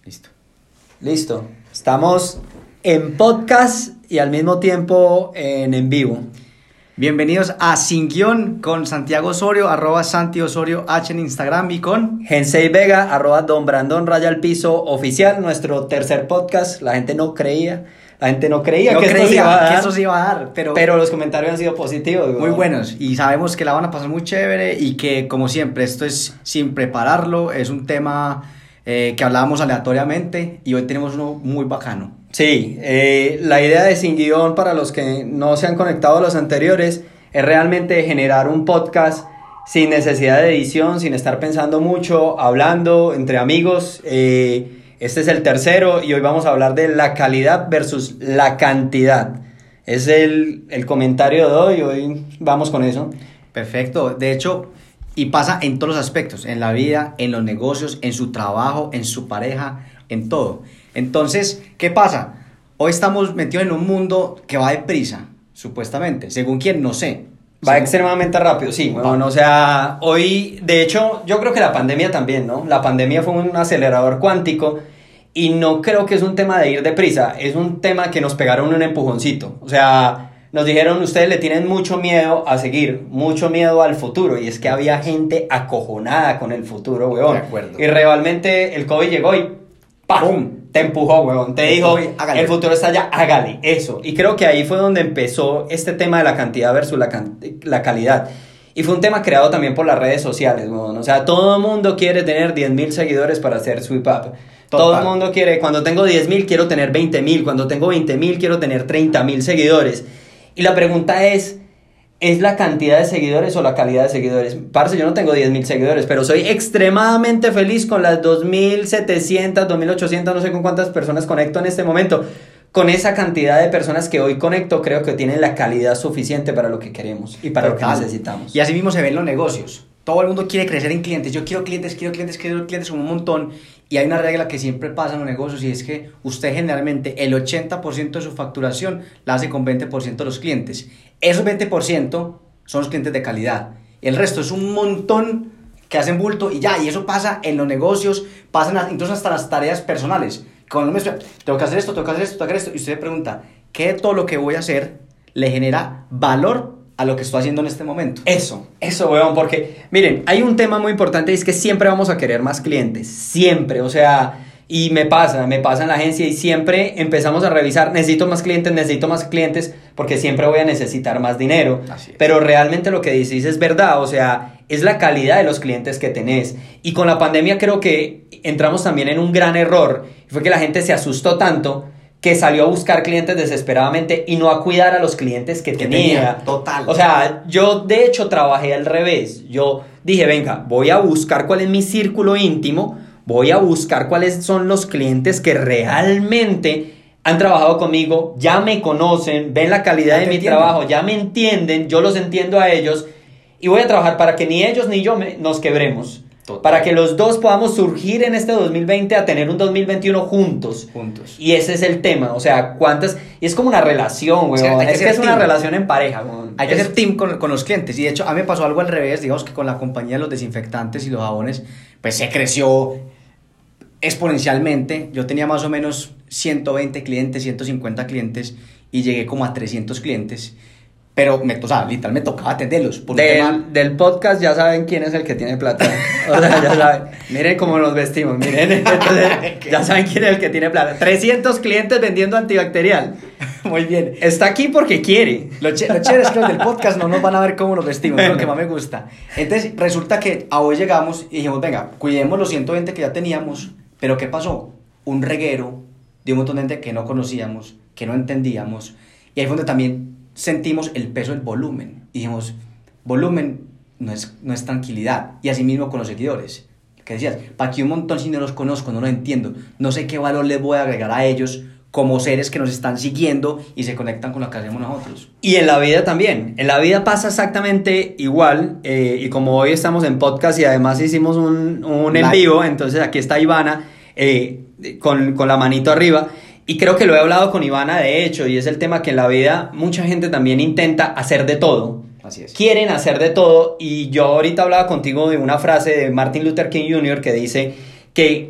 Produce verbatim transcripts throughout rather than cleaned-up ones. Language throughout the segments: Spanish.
Listo. Listo. Estamos en podcast y al mismo tiempo en en vivo. Bienvenidos a Sin Guión con Santiago Osorio, arroba Santi Osorio H en Instagram y con... Gensei Vega, arroba Don Brandon Raya al Piso Oficial, nuestro tercer podcast. La gente no creía, la gente no creía, no que, creía esto se iba a dar, que esto se iba a dar, pero... pero los comentarios han sido positivos. Muy buenos y sabemos que la van a pasar muy chévere y que, como siempre, esto es sin prepararlo, es un tema eh, que hablábamos aleatoriamente y hoy tenemos uno muy bacano. Sí, eh, la idea de Sin Guión, para los que no se han conectado a los anteriores, es realmente generar un podcast sin necesidad de edición, sin estar pensando mucho, hablando entre amigos. Eh, este es el tercero y hoy vamos a hablar de la calidad versus la cantidad. Es el, el comentario de hoy, hoy vamos con eso. Perfecto, de hecho, y pasa en todos los aspectos, en la vida, en los negocios, en su trabajo, en su pareja, en todo. Entonces, ¿qué pasa? Hoy estamos metidos en un mundo que va deprisa, supuestamente. Según quién, no sé. Va Según... extremadamente rápido, sí. Bueno, o sea, hoy, de hecho, yo creo que la pandemia también, ¿no? La pandemia fue un acelerador cuántico y no creo que es un tema de ir deprisa, es un tema que nos pegaron un empujoncito. O sea, nos dijeron, ustedes le tienen mucho miedo a seguir, mucho miedo al futuro. Y es que había gente acojonada con el futuro, weón. De acuerdo. Y realmente el COVID llegó y ¡pum! Te empujó, huevón, te dijo, hágale. El futuro está allá, hágale, eso. Y creo que ahí fue donde empezó este tema de la cantidad versus la, can- la calidad. Y fue un tema creado también por las redes sociales, huevón. O sea, todo el mundo quiere tener diez mil seguidores para hacer sweep up. Total. Todo el mundo quiere, cuando tengo diez mil quiero tener veinte mil, cuando tengo veinte mil quiero tener treinta mil seguidores. Y la pregunta es... ¿Es la cantidad de seguidores o la calidad de seguidores? Parce, yo no tengo diez mil seguidores, pero soy extremadamente feliz con las dos mil setecientas, dos mil ochocientas, no sé con cuántas personas conecto en este momento. Con esa cantidad de personas que hoy conecto, creo que tienen la calidad suficiente para lo que queremos y para Total. lo que necesitamos. Y así mismo se ven los negocios. Todo el mundo quiere crecer en clientes. Yo quiero clientes, quiero clientes, quiero clientes como un montón. Y hay una regla que siempre pasa en los negocios y es que usted generalmente el ochenta por ciento de su facturación la hace con veinte por ciento de los clientes. Esos veinte por ciento son los clientes de calidad. El resto es un montón que hacen bulto y ya. Y eso pasa en los negocios, pasan incluso hasta las tareas personales. Cuando me dice, tengo que hacer esto, tengo que hacer esto, tengo que hacer esto. Y usted se pregunta, ¿qué de todo lo que voy a hacer le genera valor a lo que estoy haciendo en este momento? Eso, eso, weón, porque, miren, hay un tema muy importante y es que siempre vamos a querer más clientes, siempre, o sea, y me pasa, me pasa en la agencia y siempre empezamos a revisar, necesito más clientes, necesito más clientes, porque siempre voy a necesitar más dinero, Así es. Pero realmente lo que dices es verdad, o sea, es la calidad de los clientes que tenés, y con la pandemia creo que entramos también en un gran error, y fue que la gente se asustó tanto, que salió a buscar clientes desesperadamente y no a cuidar a los clientes que, que tenía. tenía. Total. O sea, yo de hecho trabajé al revés. Yo dije, venga, voy a buscar cuál es mi círculo íntimo, voy a buscar cuáles son los clientes que realmente han trabajado conmigo, ya me conocen, ven la calidad Ya de te mi entienden. trabajo, ya me entienden, yo los entiendo a ellos y voy a trabajar para que ni ellos ni yo me, nos quebremos. Total. Para que los dos podamos surgir en este dos mil veinte a tener un dos mil veintiuno juntos. Juntos. Y ese es el tema, o sea, cuántas... Y es como una relación, weón. Sí, hay que es que ser es una team. relación en pareja, weón. Hay que Es- ser team con, con los clientes. Y de hecho, a mí me pasó algo al revés. Digamos que con la compañía de los desinfectantes y los jabones, pues se creció exponencialmente. Yo tenía más o menos ciento veinte clientes, ciento cincuenta clientes y llegué como a trescientos clientes. Pero, me, o sea, literal me tocaba atenderlos. Por un tema- Del, del podcast ya saben quién es el que tiene plata. O sea, ya saben. Miren cómo nos vestimos, miren. Entonces, ya saben quién es el que tiene plata. trescientos clientes vendiendo antibacterial. Muy bien. Está aquí porque quiere. Lo, ch- lo chévere es que los del podcast no nos van a ver cómo nos vestimos, es lo que más me gusta. Entonces, resulta que a hoy llegamos y dijimos, venga, cuidemos los ciento veinte que ya teníamos, pero ¿qué pasó? Un reguero de un montón de gente que no conocíamos, que no entendíamos, y ahí fue donde también sentimos el peso del volumen. Y dijimos, volumen no es, no es tranquilidad, y así mismo con los seguidores. Que decías, para que un montón si no los conozco, no los entiendo, no sé qué valor les voy a agregar a ellos como seres que nos están siguiendo y se conectan con lo que hacemos nosotros. Y en la vida también. En la vida pasa exactamente igual. Eh, y como hoy estamos en podcast y además hicimos un, un en Live. vivo, entonces aquí está Ivana eh, con, con la manito arriba. Y creo que lo he hablado con Ivana de hecho, y es el tema que en la vida mucha gente también intenta hacer de todo. Así es. Quieren hacer de todo. Y yo ahorita hablaba contigo de una frase de Martin Luther King junior que dice que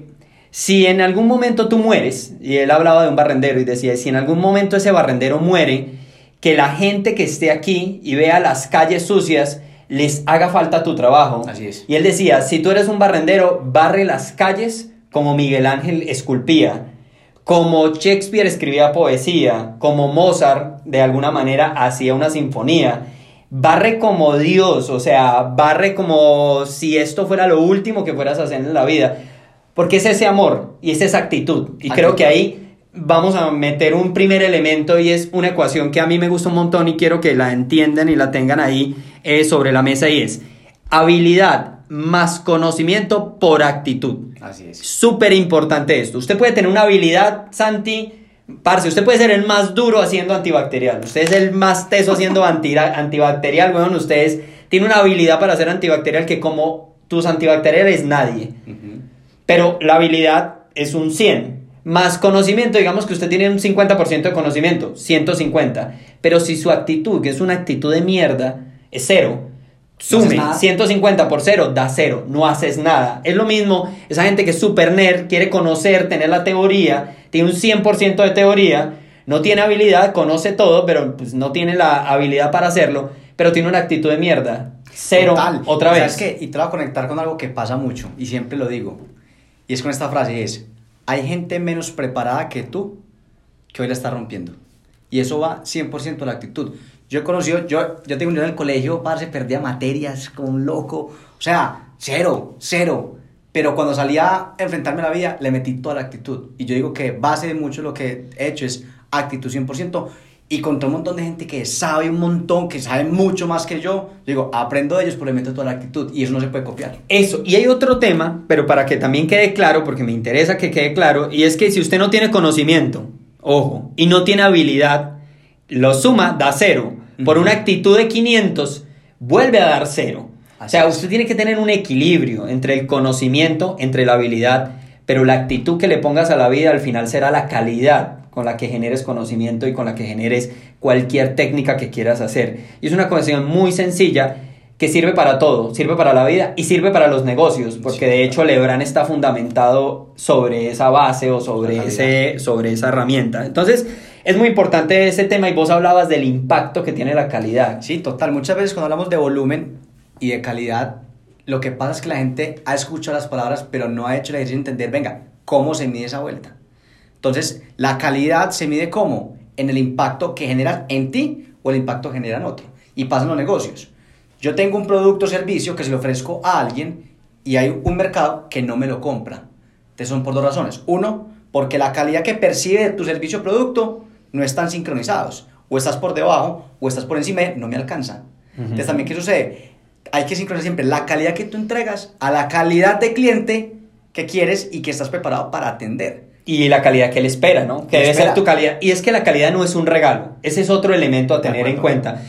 si en algún momento tú mueres, y él hablaba de un barrendero y decía, si en algún momento ese barrendero muere, que la gente que esté aquí y vea las calles sucias, les haga falta tu trabajo. Así es. Y él decía, si tú eres un barrendero, barre las calles como Miguel Ángel esculpía, como Shakespeare escribía poesía, como Mozart de alguna manera hacía una sinfonía. Barre como Dios, o sea, barre como si esto fuera lo último que fueras a hacer en la vida. Porque es ese amor y es esa actitud. Y actitud. Creo que ahí vamos a meter un primer elemento y es una ecuación que a mí me gusta un montón y quiero que la entiendan y la tengan ahí eh, sobre la mesa, y es habilidad más conocimiento por actitud. Así es. Súper importante esto. Usted puede tener una habilidad, Santi, parce, usted puede ser el más duro haciendo antibacterial. Usted es el más teso haciendo anti, antibacterial, weón. Ustedes tienen una habilidad para hacer antibacterial que como tus antibacteriales nadie. Uh-huh. Pero la habilidad es un cien. Más conocimiento, digamos que usted tiene un cincuenta por ciento de conocimiento, ciento cincuenta. Pero si su actitud, que es una actitud de mierda, es cero, sume no ciento cincuenta por cero, da cero, no haces nada. Es lo mismo, esa gente que es super nerd, quiere conocer, tener la teoría, tiene un cien por ciento de teoría, no tiene habilidad, conoce todo, pero pues no tiene la habilidad para hacerlo, pero tiene una actitud de mierda. Cero, total. Otra vez. ¿Sabes qué? Y te voy a conectar con algo que pasa mucho, y siempre lo digo, y es con esta frase, es, hay gente menos preparada que tú que hoy la está rompiendo. Y eso va cien por ciento a la actitud. Yo he conocido, yo, yo tengo un niño en el colegio, parce, perdía materias como un loco. O sea, cero, cero. Pero cuando salía a enfrentarme a la vida, le metí toda la actitud. Y yo digo que base de mucho lo que he hecho es actitud cien por ciento. Y contra un montón de gente que sabe un montón, que sabe mucho más que yo, yo digo, aprendo de ellos, pero le meto toda la actitud. Y eso no se puede copiar. Eso. Y hay otro tema, pero para que también quede claro, porque me interesa que quede claro, y es que si usted no tiene conocimiento, ojo, y no tiene habilidad, lo suma, da cero. Por una actitud de quinientos, vuelve a dar cero. Así o sea, es. Usted tiene que tener un equilibrio entre el conocimiento, entre la habilidad, pero la actitud que le pongas a la vida al final será la calidad con la que generes conocimiento y con la que generes cualquier técnica que quieras hacer. Y es una cuestión muy sencilla que sirve para todo, sirve para la vida y sirve para los negocios, porque sí, de hecho Lebrán está fundamentado sobre esa base o sobre, ese, sobre esa herramienta. Entonces, es muy importante ese tema y vos hablabas del impacto que tiene la calidad. Sí, total. Muchas veces cuando hablamos de volumen y de calidad, lo que pasa es que la gente ha escuchado las palabras, pero no ha hecho el ejercicio de entender, venga, ¿cómo se mide esa vuelta? Entonces, la calidad se mide ¿cómo? En el impacto que generas en ti o el impacto que genera en otro. Y pasa en los negocios. Yo tengo un producto o servicio que se lo ofrezco a alguien y hay un mercado que no me lo compra. Entonces son por dos razones. Uno, porque la calidad que percibe de tu servicio o producto no están sincronizados. O estás por debajo o estás por encima de no me alcanza. Uh-huh. Entonces también, ¿qué sucede? Hay que sincronizar siempre la calidad que tú entregas a la calidad de cliente que quieres y que estás preparado para atender. Y la calidad que él espera, ¿no? Que debe espera. ser tu calidad. Y es que la calidad no es un regalo. Ese es otro elemento a tener en cuenta.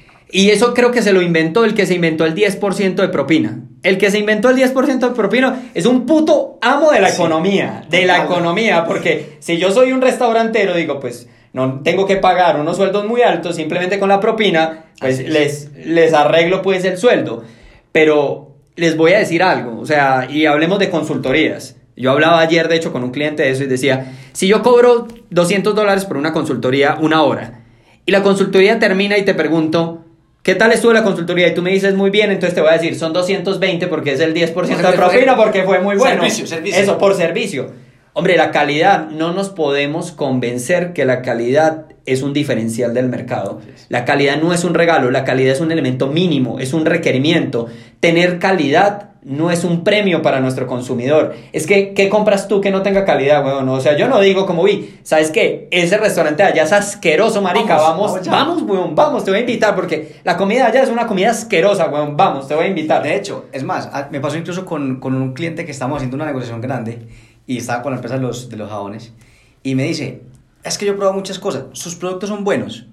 Y eso creo que se lo inventó el que se inventó el diez por ciento de propina. El que se inventó el diez por ciento de propina es un puto amo de la sí, economía. De la economía. Porque si yo soy un restaurantero, digo, pues no tengo que pagar unos sueldos muy altos. Simplemente con la propina, pues les, les arreglo pues el sueldo. Pero les voy a decir algo. O sea, y hablemos de consultorías. Yo hablaba ayer, de hecho, con un cliente de eso y decía, si yo cobro doscientos dólares por una consultoría una hora y la consultoría termina y te pregunto, ¿qué tal estuvo la consultoría? Y tú me dices muy bien, entonces te voy a decir, son doscientos veinte porque es el diez por ciento de propina porque fue muy bueno. Servicio, servicio. Eso, por servicio. Hombre, la calidad, no nos podemos convencer que la calidad es un diferencial del mercado. La calidad no es un regalo, la calidad es un elemento mínimo, es un requerimiento. Tener calidad no es un premio para nuestro consumidor. Es que, ¿qué compras tú que no tenga calidad, weón? O sea, yo no digo como, vi, ¿sabes qué? Ese restaurante de allá es asqueroso, marica. Vamos, vamos, vamos, weón, vamos, te voy a invitar porque la comida de allá es una comida asquerosa, weón. Vamos, te voy a invitar. De hecho, es más, me pasó incluso con, con un cliente que estábamos haciendo una negociación grande y estaba con la empresa de los, de los jabones y me dice, es que yo he probado muchas cosas, sus productos son buenos.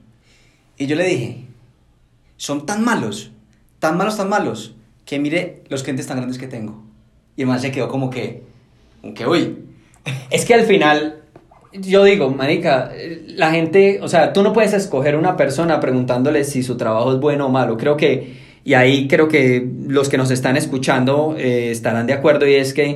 Y yo le dije, son tan malos, tan malos, tan malos, que mire los clientes tan grandes que tengo. Y el man se quedó como que, como que, uy. Es que al final, yo digo, marica, la gente, o sea, tú no puedes escoger una persona preguntándole si su trabajo es bueno o malo. Creo que, y ahí creo que los que nos están escuchando eh, estarán de acuerdo, y es que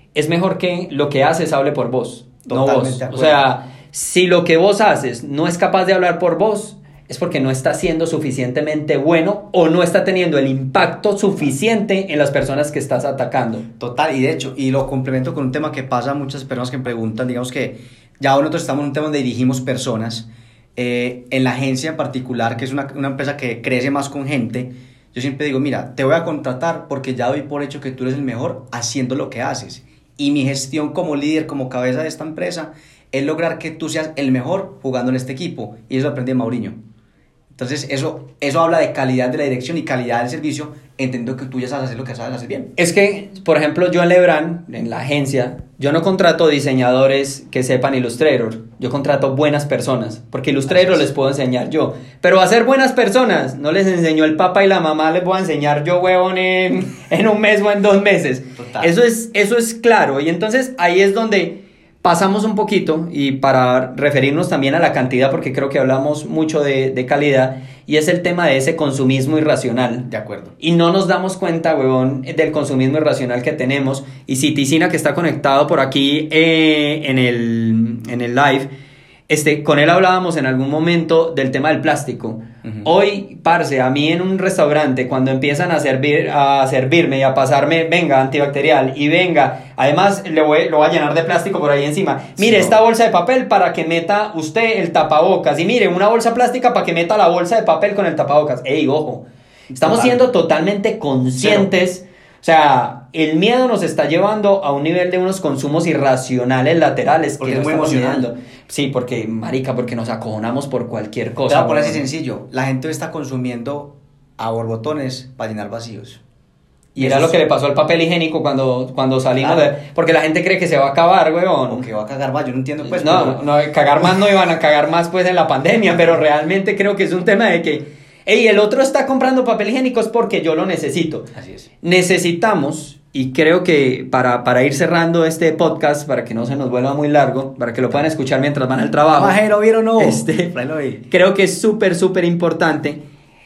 es mejor que lo que haces hable por vos, no Totalmente vos. de O acuerdo. sea, si lo que vos haces no es capaz de hablar por vos, es porque no está siendo suficientemente bueno o no está teniendo el impacto suficiente en las personas que estás atacando. Total, y de hecho, y lo complemento con un tema que pasa a muchas personas que me preguntan, digamos que ya nosotros estamos en un tema donde dirigimos personas, eh, en la agencia en particular, que es una, una empresa que crece más con gente, yo siempre digo, mira, te voy a contratar porque ya doy por hecho que tú eres el mejor haciendo lo que haces, y mi gestión como líder, como cabeza de esta empresa, es lograr que tú seas el mejor jugando en este equipo, y eso lo aprendí de Mauriño. Entonces, eso, eso habla de calidad de la dirección y calidad del servicio, entendiendo que tú ya sabes hacer lo que sabes hacer bien. Es que, por ejemplo, yo en Lebrán, en la agencia, yo no contrato diseñadores que sepan Illustrator, yo contrato buenas personas, porque Illustrator les puedo enseñar yo, pero a ser buenas personas, no les enseñó el papá y la mamá, les voy a enseñar yo, huevón, en, en un mes o en dos meses. Total. Eso es, eso es claro, y entonces ahí es donde pasamos un poquito, y para referirnos también a la cantidad, porque creo que hablamos mucho de, de calidad, y es el tema de ese consumismo irracional. De acuerdo. Y no nos damos cuenta, huevón, del consumismo irracional que tenemos. Y Citicina, que está conectado por aquí eh, en, el, en el live, este, con él hablábamos en algún momento del tema del plástico. Uh-huh. Hoy, parce, a mí en un restaurante, cuando empiezan a, servir, a servirme y a pasarme, venga, antibacterial, y venga, además le voy, lo voy a llenar de plástico por ahí encima. Mire, sí, esta bolsa de papel para que meta usted el tapabocas. Y mire, una bolsa plástica para que meta la bolsa de papel con el tapabocas. Ey, ojo, estamos Total. siendo totalmente conscientes. Cero. O sea, el miedo nos está llevando a un nivel de unos consumos irracionales laterales. Porque que es muy emocionante. Sí, porque, marica, porque nos acojonamos por cualquier cosa. Te voy a poner así sencillo. La gente está consumiendo a borbotones para llenar vacíos. Y era lo que le pasó al papel higiénico cuando, cuando salimos claro. de... Porque la gente cree que se va a acabar, weón. O que va a cagar más, yo no entiendo pues. No, pero... no, cagar más no iban a cagar más pues en la pandemia, pero realmente creo que es un tema de que... Ey, el otro está comprando papel higiénico es porque yo lo necesito. Así es. Necesitamos, y creo que para, para ir cerrando este podcast, para que no se nos vuelva muy largo, para que lo puedan escuchar mientras van al trabajo. Majero, ¿vieron o no? Este, creo que es súper, súper importante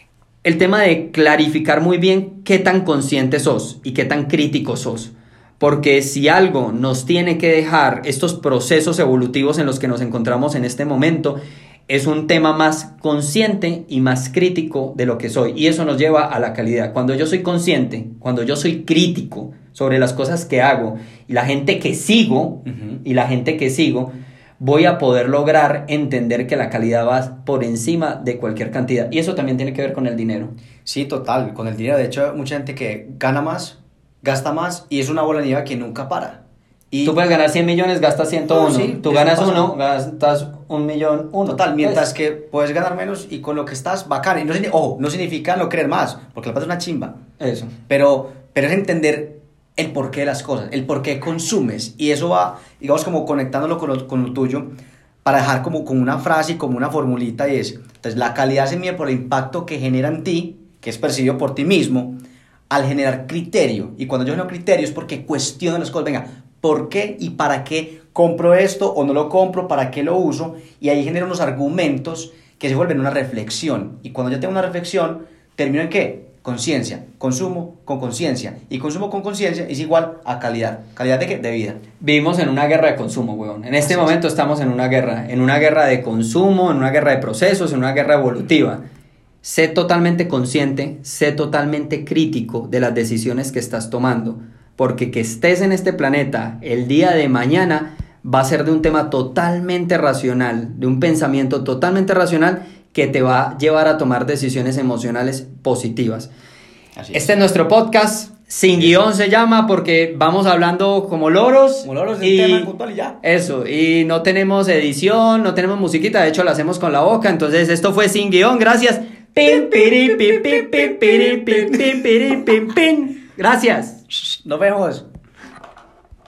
el tema de clarificar muy bien qué tan consciente sos y qué tan crítico sos. Porque si algo nos tiene que dejar estos procesos evolutivos en los que nos encontramos en este momento, es un tema más consciente y más crítico de lo que soy. Y eso nos lleva a la calidad. Cuando yo soy consciente, cuando yo soy crítico sobre las cosas que hago y la gente que sigo, uh-huh. y la gente que sigo, voy a poder lograr entender que la calidad va por encima de cualquier cantidad. Y eso también tiene que ver con el dinero. Sí, total, con el dinero. De hecho, hay mucha gente que gana más, gasta más y es una bola de nieve que nunca para. Y tú puedes ganar cien millones, gastas ciento uno. No, sí, tú ganas uno, gastas un millón, uno. Total, mientras que puedes ganar menos y con lo que estás, bacán. Y no, ojo, no significa no querer más, porque la plata es una chimba. Eso. Pero, pero es entender el porqué de las cosas, el por qué consumes. Y eso va, digamos, como conectándolo con lo, con lo tuyo, para dejar como, como una frase y como una formulita, y es, entonces, la calidad se mide por el impacto que genera en ti, que es percibido por ti mismo, al generar criterio. Y cuando yo genero criterio es porque cuestiono las cosas. Venga, ¿por qué y para qué compro esto o no lo compro? ¿Para qué lo uso? Y ahí genero unos argumentos que se vuelven una reflexión. Y cuando yo tengo una reflexión, ¿termino en qué? Conciencia. Consumo con conciencia. Y consumo con conciencia es igual a calidad. ¿Calidad de qué? De vida. Vivimos en una guerra de consumo, weón. En este Así momento es. Estamos en una guerra. En una guerra de consumo, en una guerra de procesos, en una guerra evolutiva. Sé totalmente consciente, sé totalmente crítico de las decisiones que estás tomando. Porque que estés en este planeta el día de mañana va a ser de un tema totalmente racional, de un pensamiento totalmente racional que te va a llevar a tomar decisiones emocionales positivas. Así es. Este es nuestro podcast, Sin Guión se llama, porque vamos hablando como loros. Como loros del tema puntual y ya. Eso, y no tenemos edición, no tenemos musiquita, de hecho la hacemos con la boca, entonces esto fue Sin Guión, gracias. Pim, piri, pim, pim, pim, piri, pim, pim, piri, pim, pim. Gracias. Nos vemos.